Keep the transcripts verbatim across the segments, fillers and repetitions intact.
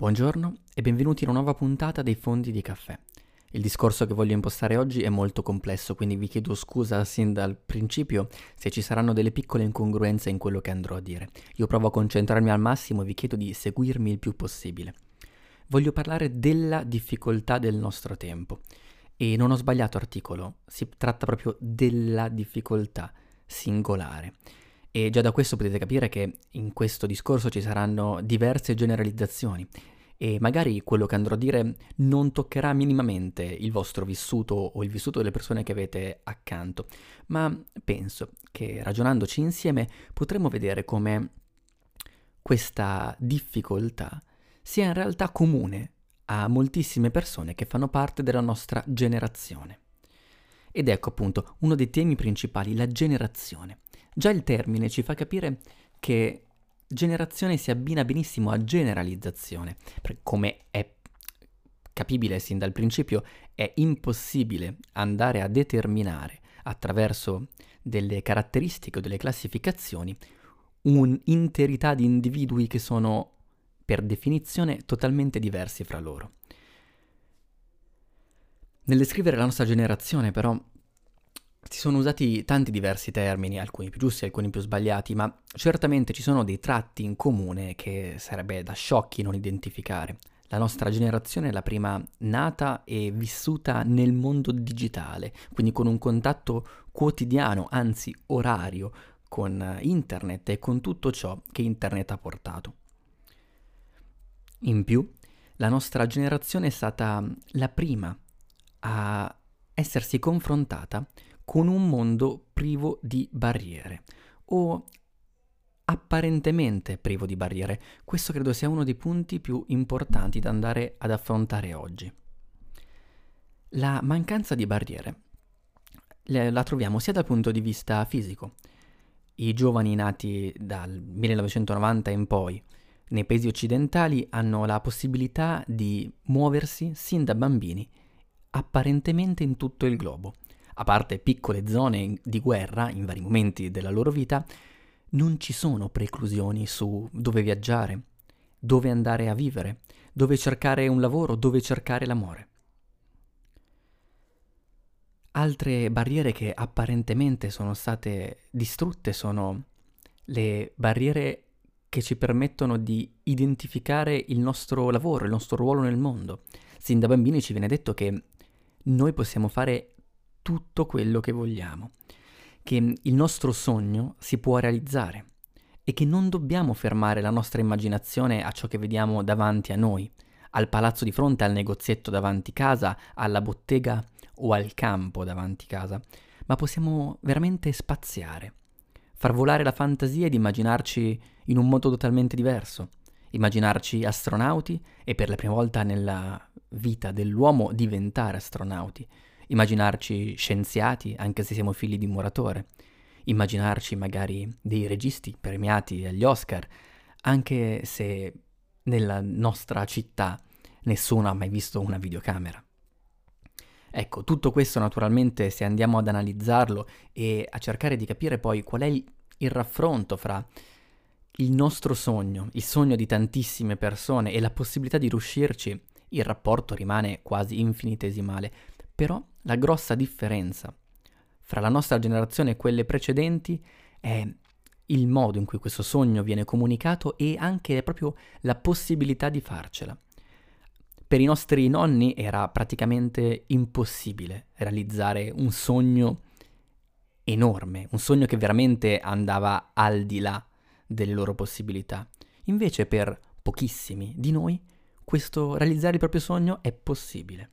Buongiorno e benvenuti in una nuova puntata dei Fondi di Caffè. Il discorso che voglio impostare oggi è molto complesso, quindi vi chiedo scusa sin dal principio se ci saranno delle piccole incongruenze in quello che andrò a dire. Io provo a concentrarmi al massimo e vi chiedo di seguirmi il più possibile. Voglio parlare della difficoltà del nostro tempo. E non ho sbagliato articolo, si tratta proprio della difficoltà singolare. E già da questo potete capire che in questo discorso ci saranno diverse generalizzazioni e magari quello che andrò a dire non toccherà minimamente il vostro vissuto o il vissuto delle persone che avete accanto, ma penso che ragionandoci insieme potremo vedere come questa difficoltà sia in realtà comune a moltissime persone che fanno parte della nostra generazione. Ed ecco appunto uno dei temi principali, la generazione. Già il termine ci fa capire che generazione si abbina benissimo a generalizzazione, perché come è capibile sin dal principio, è impossibile andare a determinare attraverso delle caratteristiche o delle classificazioni un'interità di individui che sono per definizione totalmente diversi fra loro. Nel descrivere la nostra generazione, però, si sono usati tanti diversi termini, alcuni più giusti, alcuni più sbagliati, ma certamente ci sono dei tratti in comune che sarebbe da sciocchi non identificare. La nostra generazione è la prima nata e vissuta nel mondo digitale, quindi con un contatto quotidiano, anzi orario, con internet e con tutto ciò che internet ha portato. In più, la nostra generazione è stata la prima a essersi confrontata con un mondo privo di barriere, o apparentemente privo di barriere. Questo credo sia uno dei punti più importanti da andare ad affrontare oggi. La mancanza di barriere la troviamo sia dal punto di vista fisico. I giovani nati dal millenovecentonovanta in poi nei paesi occidentali hanno la possibilità di muoversi sin da bambini apparentemente in tutto il globo. A parte piccole zone di guerra in vari momenti della loro vita, non ci sono preclusioni su dove viaggiare, dove andare a vivere, dove cercare un lavoro, dove cercare l'amore. Altre barriere che apparentemente sono state distrutte sono le barriere che ci permettono di identificare il nostro lavoro, il nostro ruolo nel mondo. Sin da bambini ci viene detto che noi possiamo fare tutto quello che vogliamo, che il nostro sogno si può realizzare e che non dobbiamo fermare la nostra immaginazione a ciò che vediamo davanti a noi, al palazzo di fronte, al negozietto davanti casa, alla bottega o al campo davanti casa, ma possiamo veramente spaziare, far volare la fantasia ed immaginarci in un modo totalmente diverso, immaginarci astronauti e per la prima volta nella vita dell'uomo diventare astronauti, immaginarci scienziati anche se siamo figli di un muratore, immaginarci magari dei registi premiati agli Oscar, anche se nella nostra città nessuno ha mai visto una videocamera. Ecco, tutto questo naturalmente se andiamo ad analizzarlo e a cercare di capire poi qual è il, il raffronto fra il nostro sogno, il sogno di tantissime persone e la possibilità di riuscirci, il rapporto rimane quasi infinitesimale. Però la grossa differenza fra la nostra generazione e quelle precedenti è il modo in cui questo sogno viene comunicato e anche proprio la possibilità di farcela. Per i nostri nonni era praticamente impossibile realizzare un sogno enorme, un sogno che veramente andava al di là delle loro possibilità. Invece per pochissimi di noi questo realizzare il proprio sogno è possibile.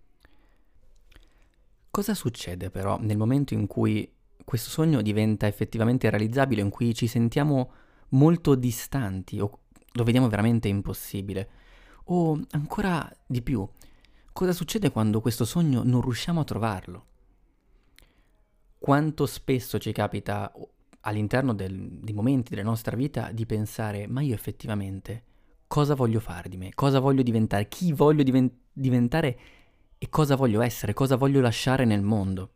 Cosa succede però nel momento in cui questo sogno diventa effettivamente realizzabile, in cui ci sentiamo molto distanti o lo vediamo veramente impossibile? O ancora di più, cosa succede quando questo sogno non riusciamo a trovarlo? Quanto spesso ci capita all'interno del, dei momenti della nostra vita di pensare, ma io effettivamente cosa voglio fare di me? Cosa voglio diventare? Chi voglio diven- diventare? E cosa voglio essere, cosa voglio lasciare nel mondo?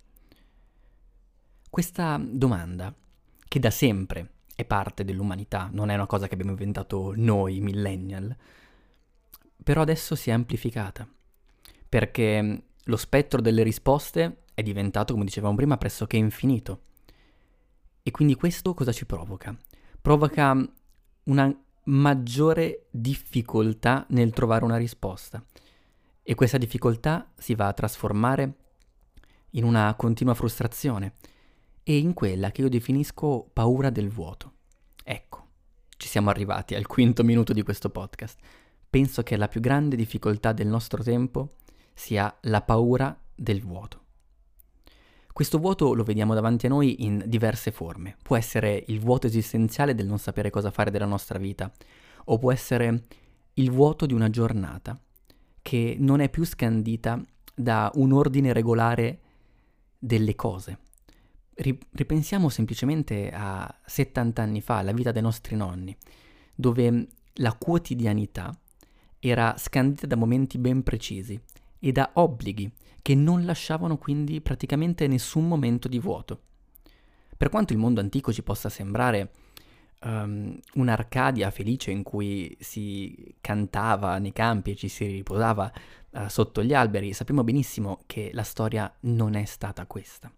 Questa domanda, che da sempre è parte dell'umanità, non è una cosa che abbiamo inventato noi, millennial, però adesso si è amplificata, perché lo spettro delle risposte è diventato, come dicevamo prima, pressoché infinito. E quindi questo cosa ci provoca? Provoca una maggiore difficoltà nel trovare una risposta. E questa difficoltà si va a trasformare in una continua frustrazione e in quella che io definisco paura del vuoto. Ecco, ci siamo arrivati al quinto minuto di questo podcast. Penso che la più grande difficoltà del nostro tempo sia la paura del vuoto. Questo vuoto lo vediamo davanti a noi in diverse forme. Può essere il vuoto esistenziale del non sapere cosa fare della nostra vita, o può essere il vuoto di una giornata che non è più scandita da un ordine regolare delle cose. Ripensiamo semplicemente a settanta anni fa, alla vita dei nostri nonni, dove la quotidianità era scandita da momenti ben precisi e da obblighi che non lasciavano quindi praticamente nessun momento di vuoto. Per quanto il mondo antico ci possa sembrare um, un'Arcadia felice in cui si cantava nei campi e ci si riposava uh, sotto gli alberi, sappiamo benissimo che la storia non è stata questa.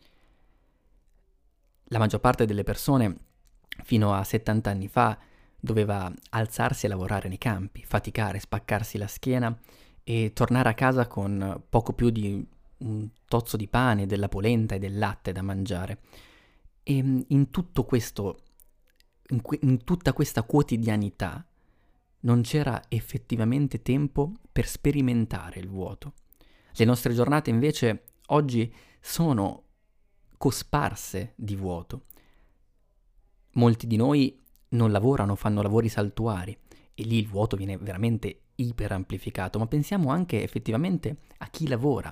La maggior parte delle persone fino a settanta anni fa doveva alzarsi e lavorare nei campi, faticare, spaccarsi la schiena e tornare a casa con poco più di un tozzo di pane, della polenta e del latte da mangiare. E in tutto questo, in, que- in tutta questa quotidianità, non c'era effettivamente tempo per sperimentare il vuoto. Le nostre giornate invece oggi sono cosparse di vuoto. Molti di noi non lavorano, fanno lavori saltuari e lì il vuoto viene veramente iper amplificato, ma pensiamo anche effettivamente a chi lavora.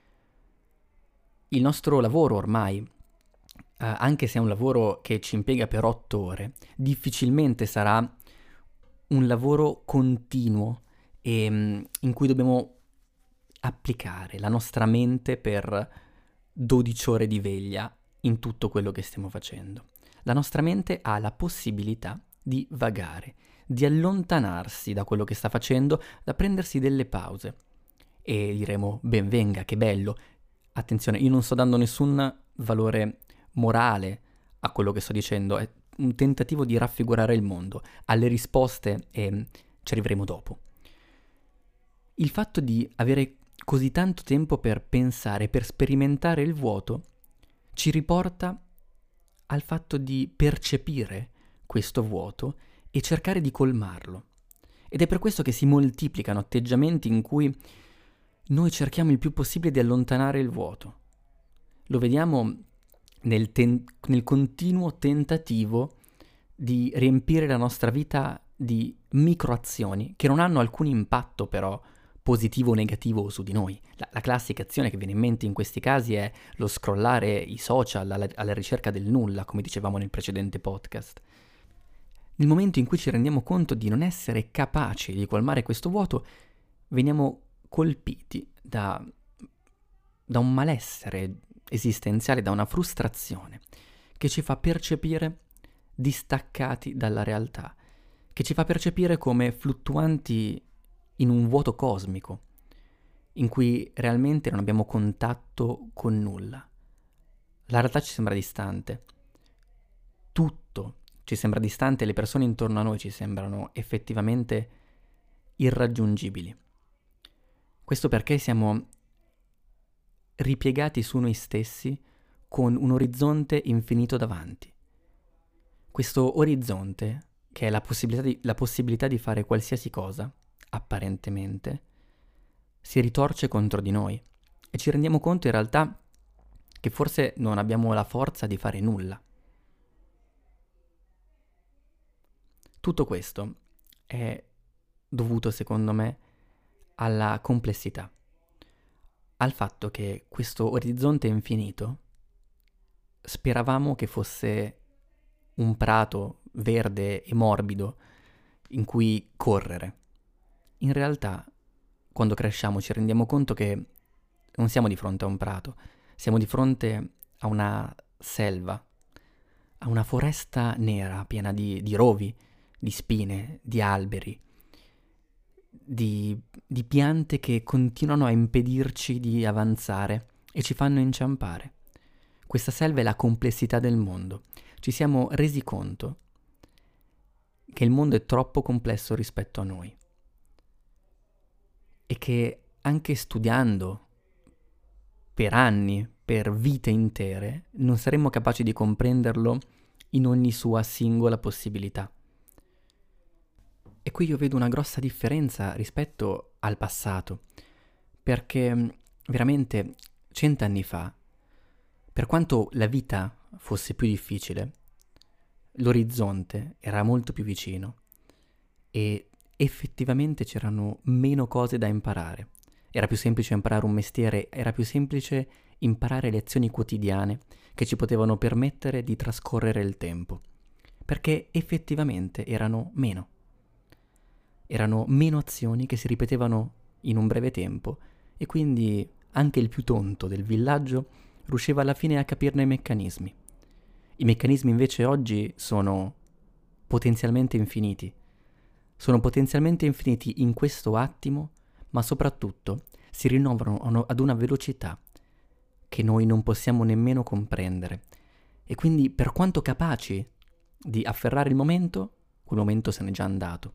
Il nostro lavoro ormai, eh, anche se è un lavoro che ci impiega per otto ore, difficilmente sarà un lavoro continuo e, mm, in cui dobbiamo applicare la nostra mente per dodici ore di veglia in tutto quello che stiamo facendo. La nostra mente ha la possibilità di vagare, di allontanarsi da quello che sta facendo, da prendersi delle pause. E diremo, ben venga, che bello. Attenzione, io non sto dando nessun valore morale a quello che sto dicendo, è un tentativo di raffigurare il mondo. Alle risposte e ci arriveremo dopo. Il fatto di avere così tanto tempo per pensare, per sperimentare il vuoto, ci riporta al fatto di percepire questo vuoto e cercare di colmarlo. Ed è per questo che si moltiplicano atteggiamenti in cui noi cerchiamo il più possibile di allontanare il vuoto. Lo vediamo nel, ten- nel continuo tentativo di riempire la nostra vita di microazioni che non hanno alcun impatto però positivo o negativo su di noi. La, la classica azione che viene in mente in questi casi è lo scrollare i social alla, alla ricerca del nulla, come dicevamo nel precedente podcast. Nel momento in cui ci rendiamo conto di non essere capaci di colmare questo vuoto, veniamo colpiti da, da un malessere esistenziale, da una frustrazione che ci fa percepire distaccati dalla realtà, che ci fa percepire come fluttuanti in un vuoto cosmico, in cui realmente non abbiamo contatto con nulla. La realtà ci sembra distante, tutto ci sembra distante, le persone intorno a noi ci sembrano effettivamente irraggiungibili. Questo perché siamo ripiegati su noi stessi con un orizzonte infinito davanti. Questo orizzonte, che è la possibilità di, la possibilità di fare qualsiasi cosa, apparentemente, si ritorce contro di noi e ci rendiamo conto in realtà che forse non abbiamo la forza di fare nulla. Tutto questo è dovuto, secondo me, alla complessità, al fatto che questo orizzonte infinito speravamo che fosse un prato verde e morbido in cui correre. In realtà, quando cresciamo ci rendiamo conto che non siamo di fronte a un prato, siamo di fronte a una selva, a una foresta nera piena di, di rovi, di spine, di alberi, di, di piante che continuano a impedirci di avanzare e ci fanno inciampare. Questa selva è la complessità del mondo. Ci siamo resi conto che il mondo è troppo complesso rispetto a noi e che anche studiando per anni, per vite intere, non saremmo capaci di comprenderlo in ogni sua singola possibilità. E qui io vedo una grossa differenza rispetto al passato, perché veramente cent'anni fa, per quanto la vita fosse più difficile, l'orizzonte era molto più vicino e effettivamente c'erano meno cose da imparare. Era più semplice imparare un mestiere, era più semplice imparare le azioni quotidiane che ci potevano permettere di trascorrere il tempo, perché effettivamente erano meno. Erano meno azioni che si ripetevano in un breve tempo e quindi anche il più tonto del villaggio riusciva alla fine a capirne i meccanismi. I meccanismi invece oggi sono potenzialmente infiniti. Sono potenzialmente infiniti in questo attimo, ma soprattutto si rinnovano ad una velocità che noi non possiamo nemmeno comprendere. E quindi per quanto capaci di afferrare il momento, quel momento se n'è già andato.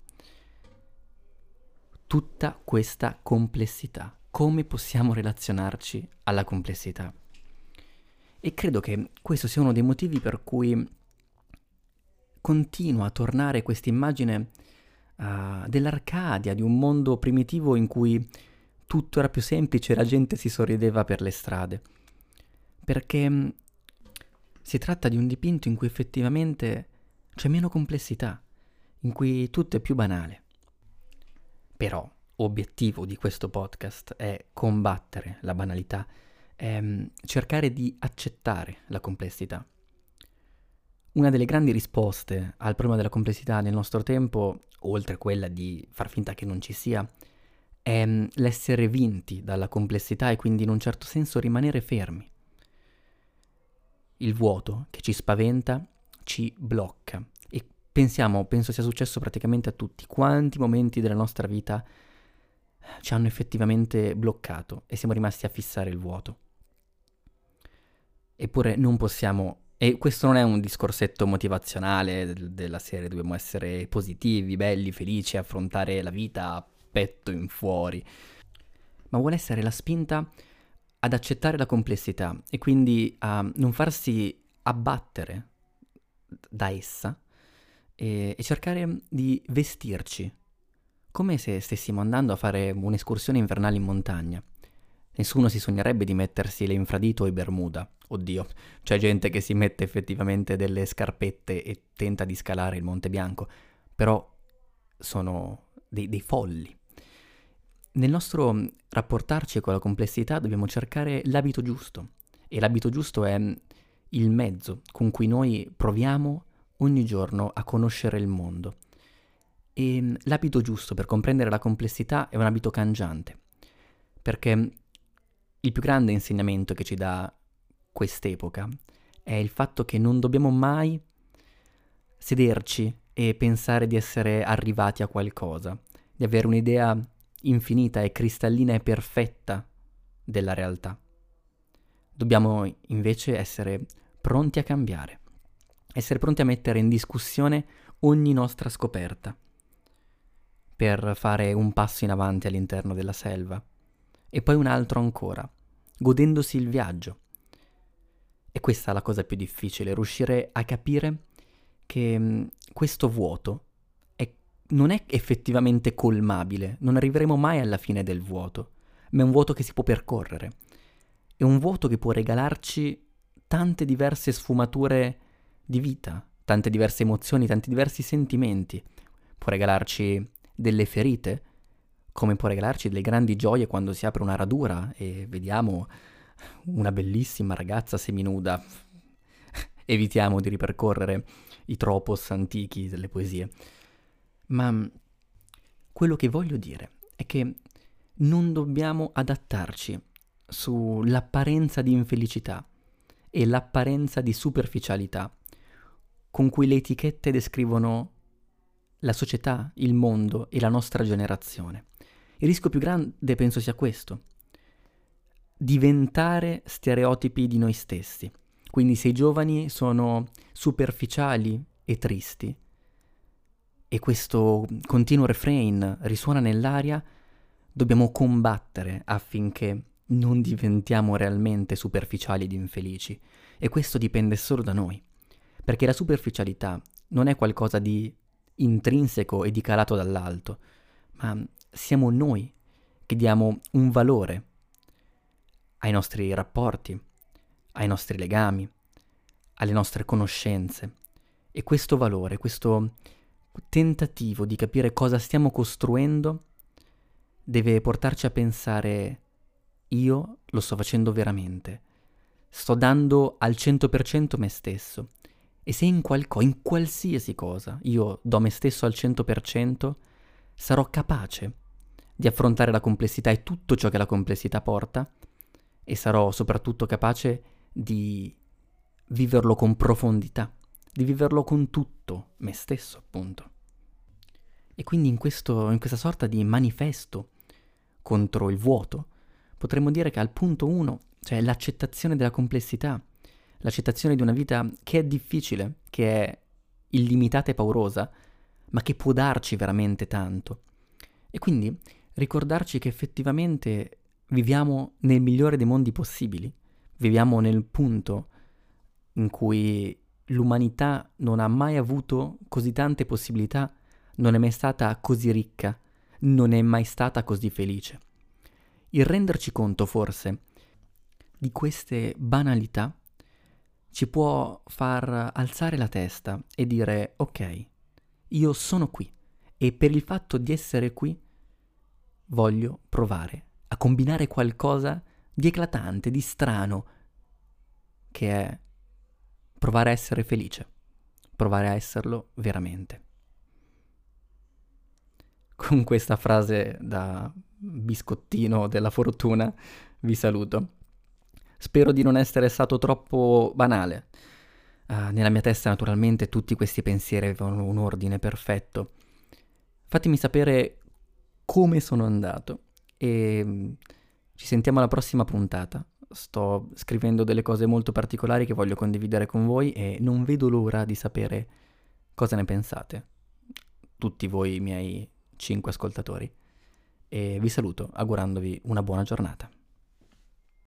Tutta questa complessità. Come possiamo relazionarci alla complessità? E credo che questo sia uno dei motivi per cui continua a tornare questa immagine uh, dell'Arcadia, di un mondo primitivo in cui tutto era più semplice e la gente si sorrideva per le strade. Perché mh, si tratta di un dipinto in cui effettivamente c'è meno complessità, in cui tutto è più banale. Però, obiettivo di questo podcast è combattere la banalità, è cercare di accettare la complessità. Una delle grandi risposte al problema della complessità nel nostro tempo, oltre a quella di far finta che non ci sia, è l'essere vinti dalla complessità e quindi in un certo senso rimanere fermi. Il vuoto che ci spaventa ci blocca. Pensiamo, penso sia successo praticamente a tutti, quanti momenti della nostra vita ci hanno effettivamente bloccato e siamo rimasti a fissare il vuoto. Eppure non possiamo, e questo non è un discorsetto motivazionale del, della serie, dobbiamo essere positivi, belli, felici, affrontare la vita a petto in fuori, ma vuole essere la spinta ad accettare la complessità e quindi a non farsi abbattere da essa, E, e cercare di vestirci come se stessimo andando a fare un'escursione invernale in montagna. Nessuno si sognerebbe di mettersi le infradito o i bermuda. Oddio, c'è gente che si mette effettivamente delle scarpette e tenta di scalare il Monte Bianco, però sono dei, dei folli. Nel nostro rapportarci con la complessità dobbiamo cercare l'abito giusto, e l'abito giusto è il mezzo con cui noi proviamo ogni giorno a conoscere il mondo. E l'abito giusto per comprendere la complessità è un abito cangiante, perché il più grande insegnamento che ci dà quest'epoca è il fatto che non dobbiamo mai sederci e pensare di essere arrivati a qualcosa, di avere un'idea infinita e cristallina e perfetta della realtà. Dobbiamo invece essere pronti a cambiare. Essere pronti a mettere in discussione ogni nostra scoperta per fare un passo in avanti all'interno della selva e poi un altro ancora, godendosi il viaggio. E questa è la cosa più difficile, riuscire a capire che mh, questo vuoto è, non è effettivamente colmabile, non arriveremo mai alla fine del vuoto, ma è un vuoto che si può percorrere. È un vuoto che può regalarci tante diverse sfumature di vita, tante diverse emozioni, tanti diversi sentimenti. Può regalarci delle ferite, come può regalarci delle grandi gioie quando si apre una radura e vediamo una bellissima ragazza seminuda. Evitiamo di ripercorrere i tropos antichi delle poesie. Ma quello che voglio dire è che non dobbiamo adattarci sull'apparenza di infelicità e l'apparenza di superficialità con cui le etichette descrivono la società, il mondo e la nostra generazione. Il rischio più grande penso sia questo: diventare stereotipi di noi stessi. Quindi se i giovani sono superficiali e tristi, e questo continuo refrain risuona nell'aria, dobbiamo combattere affinché non diventiamo realmente superficiali ed infelici. E questo dipende solo da noi, perché la superficialità non è qualcosa di intrinseco e di calato dall'alto, ma siamo noi che diamo un valore ai nostri rapporti, ai nostri legami, alle nostre conoscenze. E questo valore, questo tentativo di capire cosa stiamo costruendo, deve portarci a pensare: io lo sto facendo veramente, sto dando al cento per cento me stesso, e se in qualcosa, in qualsiasi cosa, io do me stesso al cento per cento, sarò capace di affrontare la complessità e tutto ciò che la complessità porta, e sarò soprattutto capace di viverlo con profondità, di viverlo con tutto me stesso, appunto. E quindi in questo, in questa sorta di manifesto contro il vuoto, potremmo dire che al punto uno c'è l'accettazione della complessità, l'accettazione di una vita che è difficile, che è illimitata e paurosa, ma che può darci veramente tanto. E quindi ricordarci che effettivamente viviamo nel migliore dei mondi possibili, viviamo nel punto in cui l'umanità non ha mai avuto così tante possibilità, non è mai stata così ricca, non è mai stata così felice. Il renderci conto, forse, di queste banalità ci può far alzare la testa e dire: ok, io sono qui, e per il fatto di essere qui voglio provare a combinare qualcosa di eclatante, di strano, che è provare a essere felice, provare a esserlo veramente. Con questa frase da biscottino della fortuna vi saluto. Spero di non essere stato troppo banale. Uh, nella mia testa naturalmente tutti questi pensieri avevano un ordine perfetto. Fatemi sapere come sono andato e mm, ci sentiamo alla prossima puntata. Sto scrivendo delle cose molto particolari che voglio condividere con voi e non vedo l'ora di sapere cosa ne pensate, tutti voi miei cinque ascoltatori. E vi saluto augurandovi una buona giornata.